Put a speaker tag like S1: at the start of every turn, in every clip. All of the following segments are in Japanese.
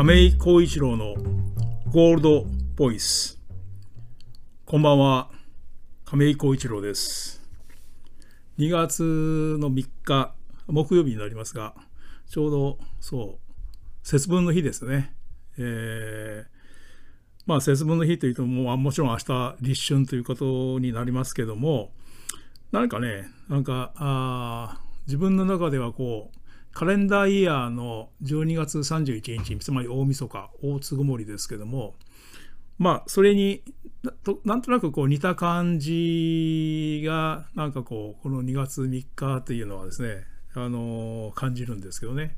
S1: 亀井浩一郎のゴールドボイス。こんばんは、亀井浩一郎です。2月の3日木曜日になりますが、ちょうど節分の日ですね。節分の日というともちろん明日立春ということになりますけども、自分の中ではカレンダーイヤーの12月31日、つまり大晦日、大つぐもりですけども、それになんとなく似た感じがこの2月3日というのはですね、感じるんですけどね。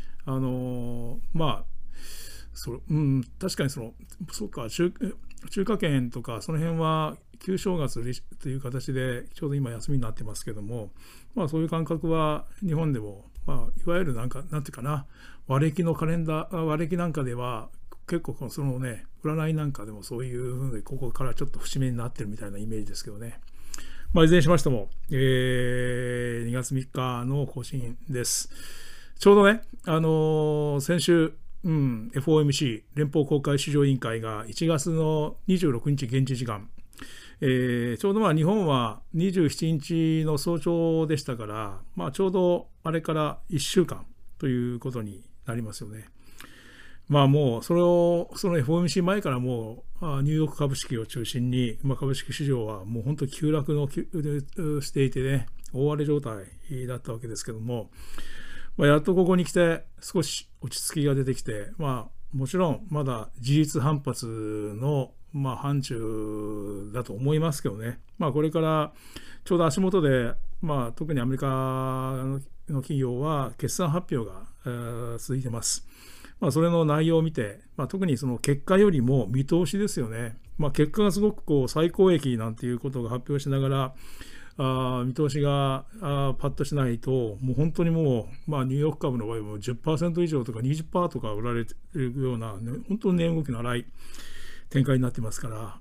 S1: 確かに中華圏とかその辺は旧正月という形でちょうど今休みになってますけども、そういう感覚は日本でもいわゆるなんていうかな、和暦のカレンダー、和暦なんかでは結構占いなんかでもそういうふうにここからちょっと節目になってるみたいなイメージですけどね。いずれにしましても、2月3日の更新です。ちょうどね、先週、FOMC 連邦公開市場委員会が1月の26日現地時間、ちょうど日本は27日の早朝でしたから、ちょうどあれから1週間ということになりますよね。もうその FOMC 前からもうニューヨーク株式を中心に、株式市場はもう本当に急落していてね、大荒れ状態だったわけですけども、やっとここに来て少し落ち着きが出てきて、もちろんまだ事実反発の範疇だと思いますけどね。これからちょうど足元で、特にアメリカの企業は決算発表が、続いてます。それの内容を見て、特にその結果よりも見通しですよね。結果がすごく最高益なんていうことが発表しながら、見通しがパッとしないと、もう本当にニューヨーク株の場合も 10% 以上とか 20% とか売られているような、本当に値動きの荒い展開になってますから、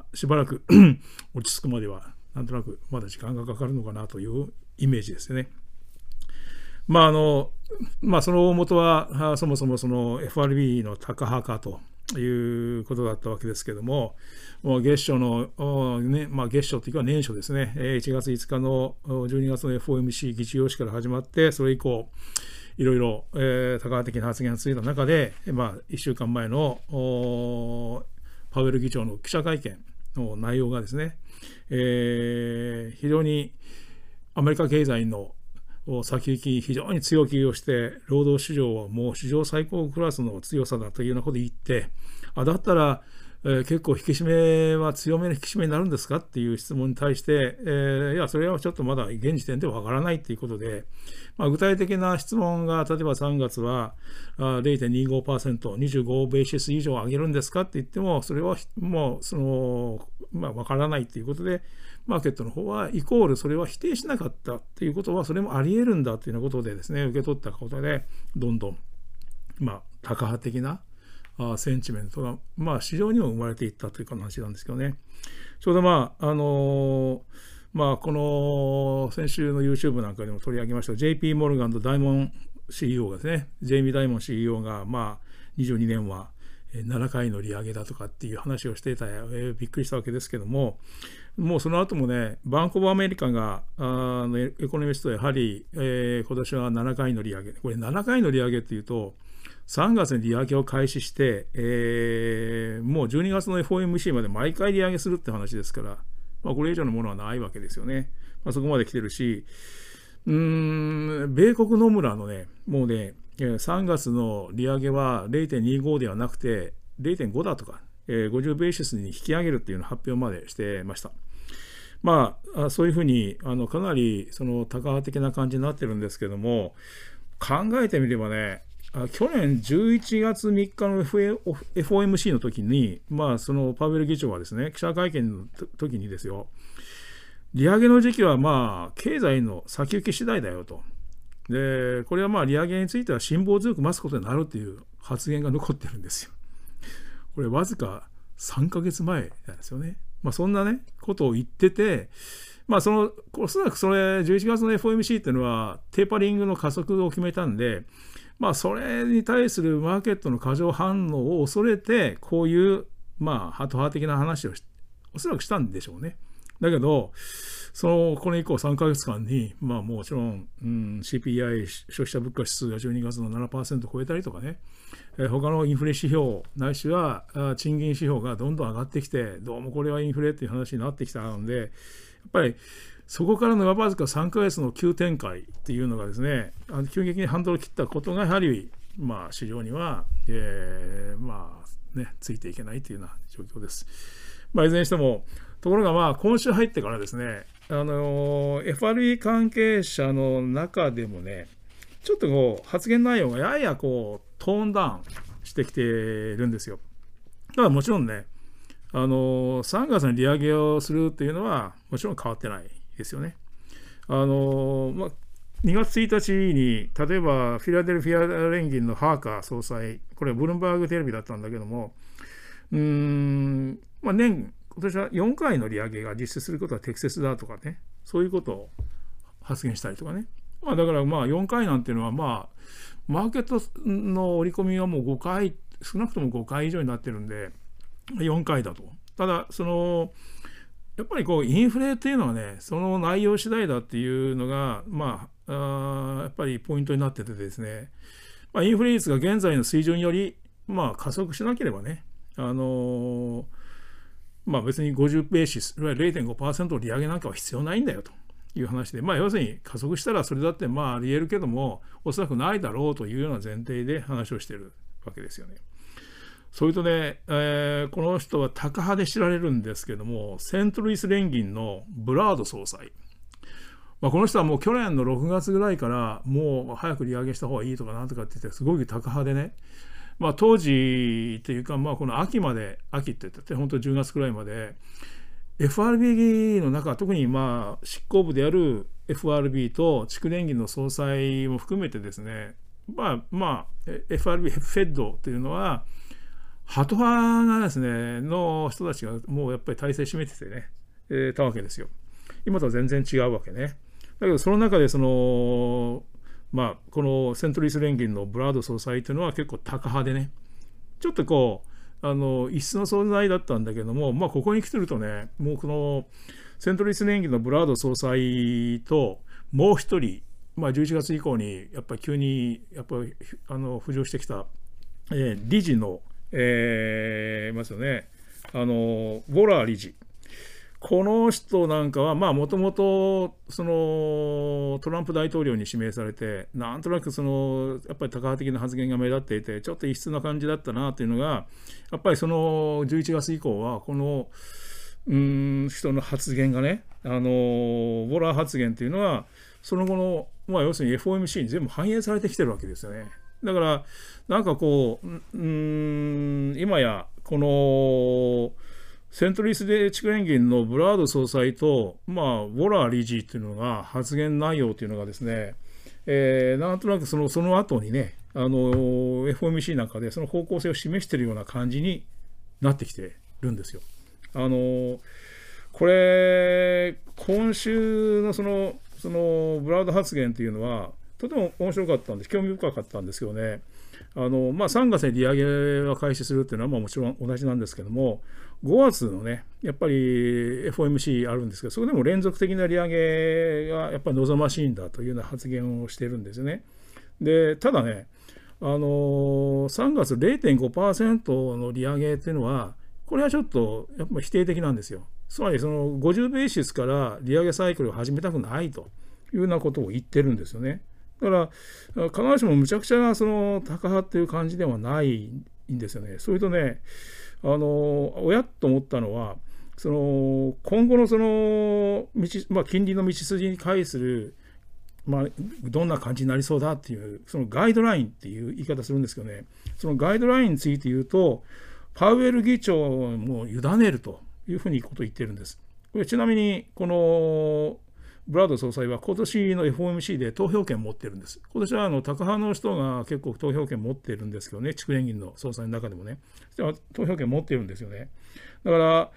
S1: しばらく落ち着くまではなんとなくまだ時間がかかるのかなというイメージですね。その大元はそもそもその FRB のタカ派かということだったわけですけども、月初の、月初というか年初ですね、1月5日の12月の FOMC 議事要旨から始まって、それ以降いろいろ多角的な発言が続いた中で、1週間前のパウエル議長の記者会見の内容がですね、非常にアメリカ経済の先行き非常に強気をして、労働市場はもう史上最高クラスの強さだというようなことを言って、だったら、結構引き締めは強めの引き締めになるんですかっていう質問に対して、いやそれはちょっとまだ現時点ではわからないということで、具体的な質問が例えば3月は 0.25%、25 ベーシス以上上げるんですかって言っても、それはもうわからないということで、マーケットの方はイコールそれは否定しなかったっていうことは、それもあり得るんだというようなことでですね、受け取ったことで、どんどんタカ派的なセンチメントが市場にも生まれていったという話なんですけどね。ちょうどこの先週の YouTube なんかでも取り上げました JP モルガンとダイモン CEO がですね、ジェイミー・ダイモン CEO が22年は7回の利上げだとかっていう話をしていた、びっくりしたわけですけども、もうその後もね、バンクオブアメリカがエコノミストやはり、今年は7回の利上げ、これ7回の利上げっていうと3月に利上げを開始して、もう12月の FOMC まで毎回利上げするって話ですから、これ以上のものはないわけですよね。そこまで来てるし、米国野村のね、もうね、3月の利上げは 0.25 ではなくて 0.5 だとか、50ベーシスに引き上げるっていうのを発表までしてました。そういうふうにかなりそのタカ派的な感じになってるんですけども、考えてみればね、去年11月3日の FOMC の時に、そのパウエル議長はですね、記者会見の時にですよ、利上げの時期は経済の先行き次第だよと。で、これは利上げについては辛抱強く待つことになるという発言が残ってるんですよ。これわずか3ヶ月前なんですよね。そんなね、ことを言ってて、おそらくそれ11月の FOMC っていうのはテーパリングの加速を決めたんで、 それに対するマーケットの過剰反応を恐れて、こういう、ハト派的な話をおそらくしたんでしょうね。だけど、これ以降3ヶ月間に、もちろん、CPI、消費者物価指数が12月の 7% 超えたりとかね、他のインフレ指標、ないしは賃金指標がどんどん上がってきて、どうもこれはインフレっていう話になってきたので、やっぱりそこからのわずか3ヶ月の急展開っていうのがですね、急激にハンドルを切ったことがやはり、市場には、ついていけないというような状況です。いずれにしても、ところが今週入ってからですね、FRB 関係者の中でもね、ちょっと発言内容がややトーンダウンしてきてるんですよ。ただもちろんね、3月に利上げをするっていうのはもちろん変わってないですよね。2月1日に例えばフィラデルフィア連銀のハーカー総裁、これはブルームバーグテレビだったんだけども、今年は4回の利上げが実施することは適切だとかね、そういうことを発言したりとかね。だから4回なんていうのはマーケットの織り込みはもう5回、少なくとも5回以上になってるんで、4回だと。ただ、やっぱりインフレっていうのはね、その内容次第だっていうのが、やっぱりポイントになっててですね、インフレ率が現在の水準より、加速しなければね、別に50ベーシス、いわゆる 0.5% 利上げなんかは必要ないんだよという話で、要するに加速したらそれだってありえるけども、おそらくないだろうというような前提で話をしているわけですよね。それとね、この人はタカ派で知られるんですけども、セントルイス連銀のブラード総裁。この人はもう去年の6月ぐらいからもう早く利上げした方がいいとかなんとかって言ってすごいタカ派でね、当時というかこの秋って言って本当に10月くらいまで FRB の中、特に執行部である FRB と地区連銀の総裁も含めてですね、FRB、フェッドというのはハト派がですねの人たちがもうやっぱり体制占めててね、たわけですよ。今とは全然違うわけね。だけどその中でこのセントルイス連銀のブラード総裁というのは結構タカ派でね、ちょっと異質の存在だったんだけども、ここに来てるとね、もうこのセントルイス連銀のブラード総裁ともう一人、11月以降にやっぱり急に浮上してきた、理事のますよね、ウォラー理事。この人なんかはもともとトランプ大統領に指名されて、なんとなくやっぱりタカ派的な発言が目立っていて、ちょっと異質な感じだったなというのが、やっぱり11月以降はこの人の発言がね、ウォラー発言というのはその後の、要するに FOMC に全部反映されてきてるわけですよね。だからなんか今やこのセントルイス地区連銀のブラード総裁と、ウォラー理事というのが発言内容というのがですね、なんとなくその後にね、FOMC なんかでその方向性を示しているような感じになってきてるんですよ。これ今週のそのブラード発言というのはとても面白かったんです、興味深かったんですけどね、3月に利上げを開始するっていうのはもちろん同じなんですけども、5月のね、やっぱり FOMC あるんですけど、そこでも連続的な利上げがやっぱり望ましいんだというような発言をしているんですよね。で、ただね、3月 0.5% の利上げっていうのは、これはちょっとやっぱ否定的なんですよ。つまり50ベーシスから利上げサイクルを始めたくないというようなことを言ってるんですよね。だから必ずしもむちゃくちゃなタカ派っていう感じではないんですよね。それとね、おやっと思ったのは、今後の金利の道筋に対する、どんな感じになりそうだっていうガイドラインっていう言い方するんですけどね、そのガイドラインについて言うと、パウエル議長も委ねるというふうにことを言ってるんです。これちなみにこのブラード総裁は今年の FOMC で投票権を持ってるんです。今年はタカ派の人が結構投票権を持ってるんですけどね、地区連銀の総裁の中でもね、投票権を持ってるんですよね。だから、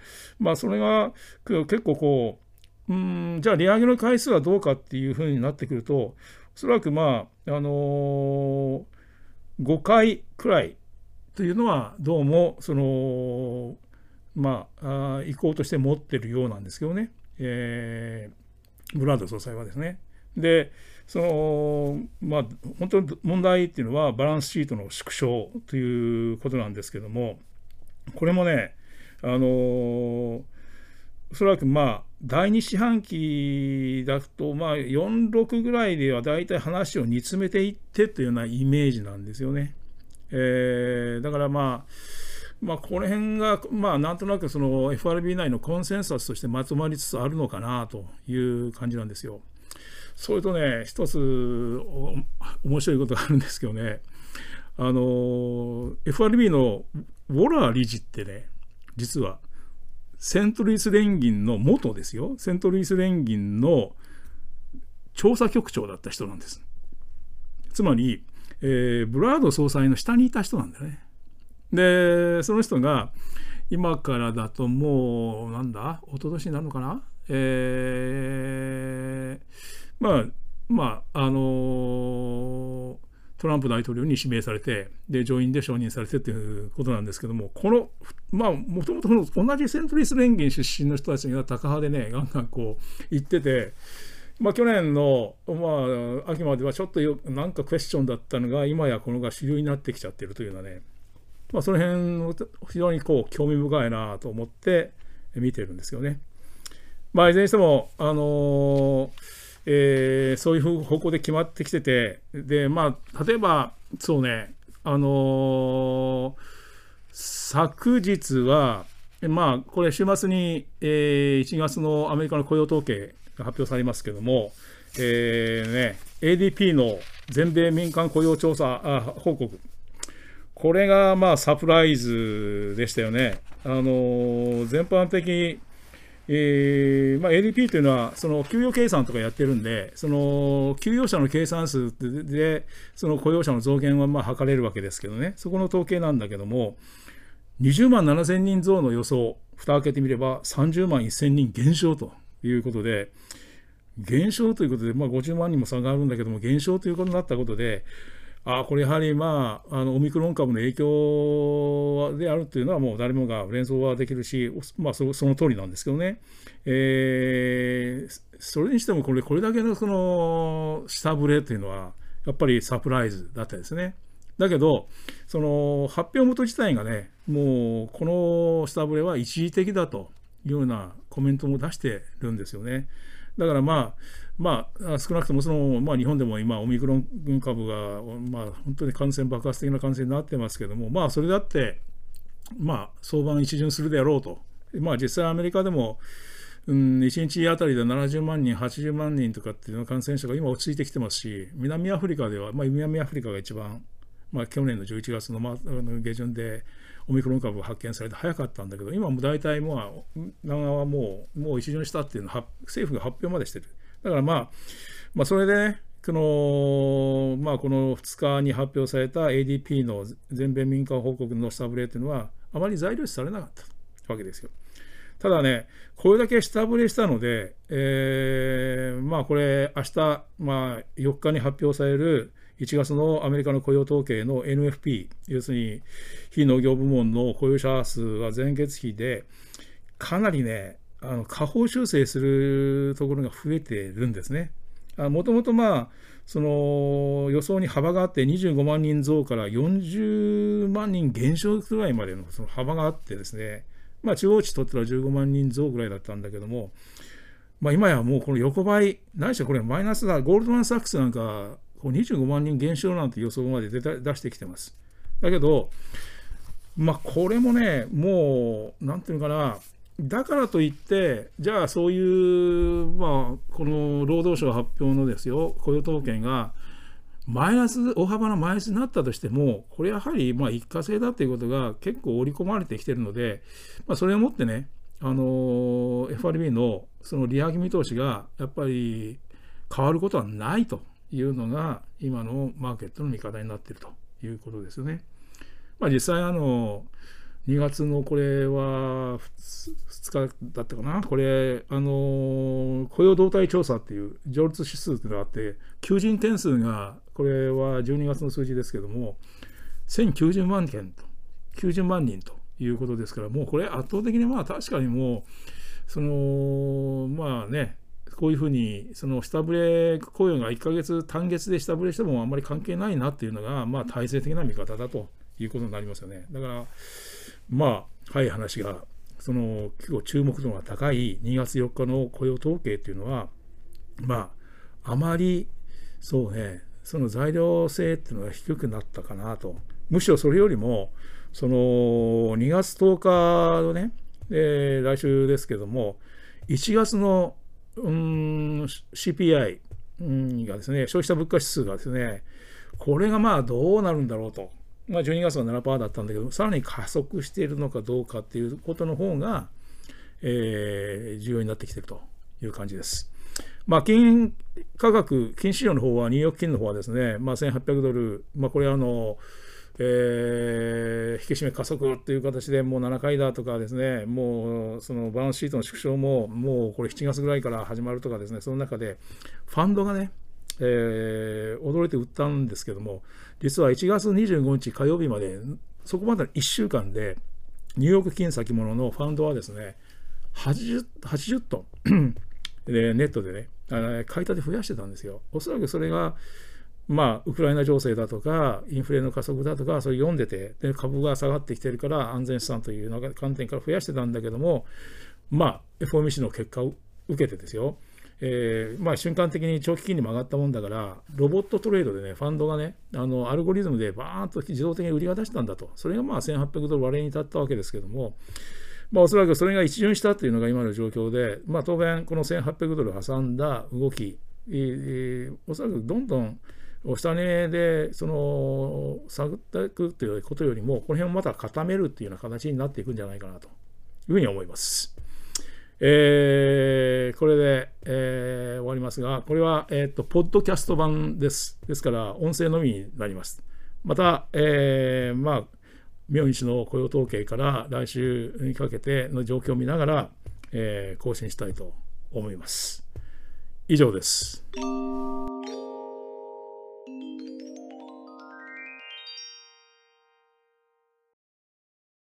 S1: それが結構じゃあ利上げの回数はどうかっていうふうになってくると、おそらく 5回くらいというのはどうもその意向として持ってるようなんですけどね、ブラッド総裁はですね。でその本当に問題っていうのはバランスシートの縮小ということなんですけども、これもねおそらく第2四半期だと46ぐらいではだいたい話を煮詰めていってというようなイメージなんですよね。だからこの辺がなんとなくその FRB 内のコンセンサスとしてまとまりつつあるのかなという感じなんですよ。それとね、一つ面白いことがあるんですけどね、FRB のウォラー理事ってね、実はセントルイス連銀の元ですよ、セントルイス連銀の調査局長だった人なんです。つまり、ブラード総裁の下にいた人なんだよね。でその人が今からだともう一昨年になるのかな、トランプ大統領に指名されて、で上院で承認されてということなんですけども、このもともと同じセントルイス連銀出身の人たちがタカ派でね、ガンガンこう言ってて、去年の、秋まではちょっとなんかクエスチョンだったのが、今やこのが主流になってきちゃってるというのはね、その辺非常にこう興味深いなと思って見てるんですよね。いずれにしてもそういう方向で決まってきてて、で例えばそうね昨日はこれ週末に、1月のアメリカの雇用統計が発表されますけども、ADP の全米民間雇用調査報告、これがサプライズでしたよね。全般的に、ADP というのはその給与計算とかやってるんで、その給与者の計算数でその雇用者の増減は測れるわけですけどね、そこの統計なんだけども、20万7000人増の予想、蓋開けてみれば30万1000人減少ということで、減少ということで、50万人も差があるんだけども、減少ということになったことで、これやはりオミクロン株の影響であるというのはもう誰もが連想はできるし、その通りなんですけどね、それにしてもこれだけのその下振れというのはやっぱりサプライズだったですね。だけどその発表元自体がね、もうこの下振れは一時的だというようなコメントも出してるんですよね。だから少なくとも日本でも今オミクロン株が本当に爆発的な感染になってますけども、それだって相場一巡するであろうと。実際アメリカでも、1日あたりで70万人80万人とかっていうの感染者が今落ち着いてきてますし、南アフリカでは、南アフリカが一番、去年の11月の下旬でオミクロン株が発見されて早かったんだけど、今も大体もう一巡したっていうのは政府が発表までしてる。だからそれでね、この2日に発表された ADP の全米民間報告の下振れというのはあまり材料視されなかったわけですよ。ただね、これだけ下振れしたので、これ明日、4日に発表される1月のアメリカの雇用統計の NFP、要するに非農業部門の雇用者数は前月比でかなりね、下方修正するところが増えてるんですね。もともとその予想に幅があって25万人増から40万人減少くらいまでのその幅があってですね、中央値取ったら15万人増ぐらいだったんだけども、今やもうこの横ばい、何しろこれマイナスだ、ゴールドマン・サックスなんか25万人減少なんて予想まで出してきてます。だけどこれもね、もうなんていうのかな、だからといってじゃあそういうこの労働省発表のですよ雇用統計が大幅なマイナスになったとしても、これやはり一過性だということが結構織り込まれてきているので、それをもってね、FRB のその利上げ見通しがやっぱり変わることはないというのが今のマーケットの見方になっているということですよね。実際2月のこれは2日だったかな、これ雇用動態調査っていうジョルツ指数っていうのがあって、求人件数がこれは12月の数字ですけども、 1090万件と、90万人ということですから、もうこれ圧倒的に確かにもう、まあね、こういうふうに下振れ雇用が1ヶ月単月で下振れしてもあんまり関係ないなっていうのが体制的な見方だということになりますよね。だから早い話が結構注目度が高い2月4日の雇用統計っていうのはあまりそうね、その材料性っていうのが低くなったかなと。むしろそれよりも2月10日のね、来週ですけども1月のCPI がですね、消費者物価指数がですね、これがどうなるんだろうと。12月は 7% だったんだけど、さらに加速しているのかどうかっていうことの方が、重要になってきているという感じです。金価格、金市場の方は、ニューヨーク金の方はですね、1800ドル、これは引き締め加速という形でもう7回だとかですね、もうそのバランスシートの縮小ももうこれ7月ぐらいから始まるとかですね、その中でファンドがね、驚いて売ったんですけども、実は1月25日火曜日まで、そこまでの1週間でニューヨーク金先物のファンドはですね、80トンでネットでね、買い立て増やしてたんですよ。おそらくそれがウクライナ情勢だとかインフレの加速だとか、それ読んでて、で株が下がってきてるから安全資産という観点から増やしてたんだけども、FOMC の結果を受けてですよ、瞬間的に長期金利も上がったもんだから、ロボットトレードでね、ファンドがね、アルゴリズムでバーンと自動的に売りが出したんだと。それが1800ドル割れに至ったわけですけども、おそらくそれが一巡したというのが今の状況で、当然この1800ドル挟んだ動き、おそらくどんどん下値で下がっていくということよりも、この辺をまた固めるというような形になっていくんじゃないかなというふうに思います。これで、終わりますが、これは、ポッドキャスト版です。ですから、音声のみになります。また、明日の雇用統計から来週にかけての状況を見ながら、更新したいと思います。以上です。